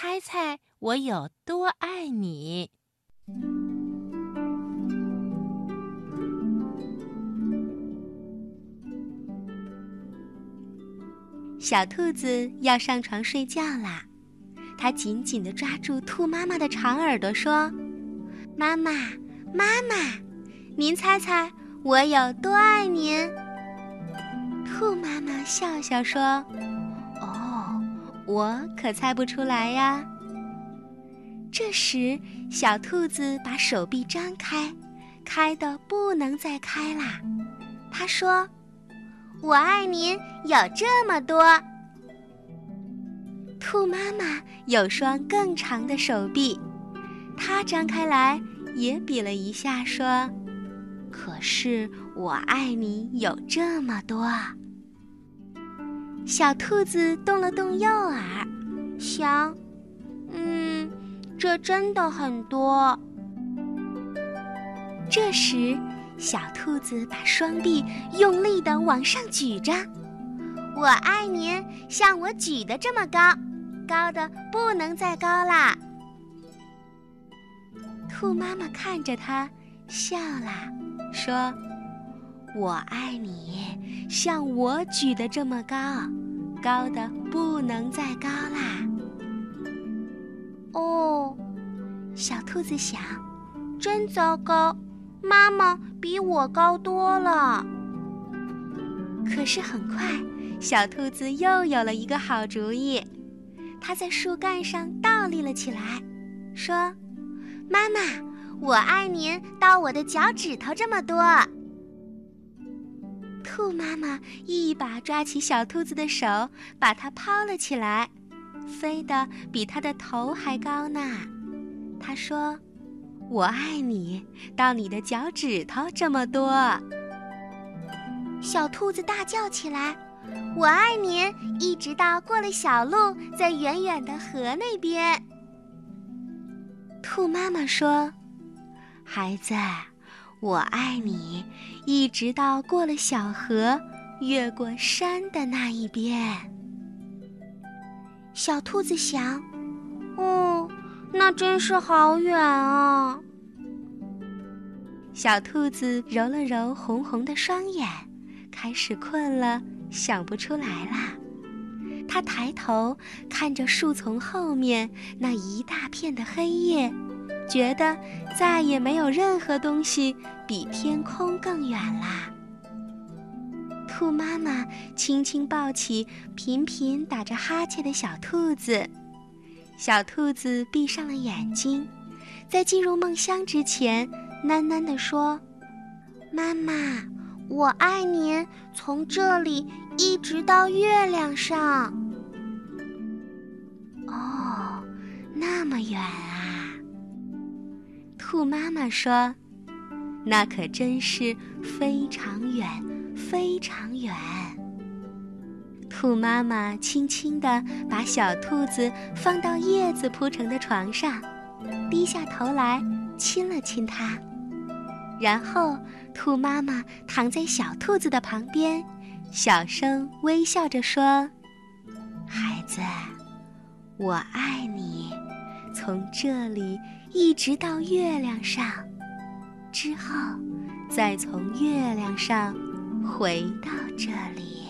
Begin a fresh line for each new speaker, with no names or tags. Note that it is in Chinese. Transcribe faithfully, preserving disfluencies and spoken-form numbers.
猜猜我有多爱你。小兔子要上床睡觉啦，它紧紧地抓住兔妈妈的长耳朵说：妈妈，妈妈，您猜猜我有多爱您？兔妈妈笑笑说：哦，我可猜不出来呀。这时小兔子把手臂张开，开得不能再开啦。它说：我爱您有这么多。兔妈妈有双更长的手臂，它张开来也比了一下说：可是我爱你有这么多。小兔子动了动右耳，想，嗯，这真的很多。这时小兔子把双臂用力地往上举着，我爱您像我举得这么高，高得不能再高啦。兔妈妈看着它笑了，说：我爱你像我举得这么高，高得不能再高啦。哦，小兔子想，真糟糕，妈妈比我高多了。可是很快小兔子又有了一个好主意，它在树干上倒立了起来，说：妈妈，我爱您到我的脚趾头这么多。兔妈妈一把抓起小兔子的手，把它抛了起来，飞得比它的头还高呢。她说：我爱你到你的脚趾头这么多。小兔子大叫起来：我爱您一直到过了小路，在远远的河那边。兔妈妈说：孩子，我爱你一直到过了小河，越过山的那一边。小兔子想，哦，那真是好远啊。小兔子揉了揉红红的双眼，开始困了，想不出来啦。它抬头看着树丛后面那一大片的黑夜，觉得再也没有任何东西比天空更远啦。兔妈妈轻轻抱起频频打着哈欠的小兔子，小兔子闭上了眼睛，在进入梦乡之前喃喃地说：妈妈，我爱您从这里一直到月亮上。哦，那么远啊。兔妈妈说：那可真是非常远非常远。兔妈妈轻轻地把小兔子放到叶子铺成的床上，低下头来亲了亲它。然后兔妈妈躺在小兔子的旁边，小声微笑着说：孩子，我爱你从这里一直到月亮上，之后再从月亮上回到这里。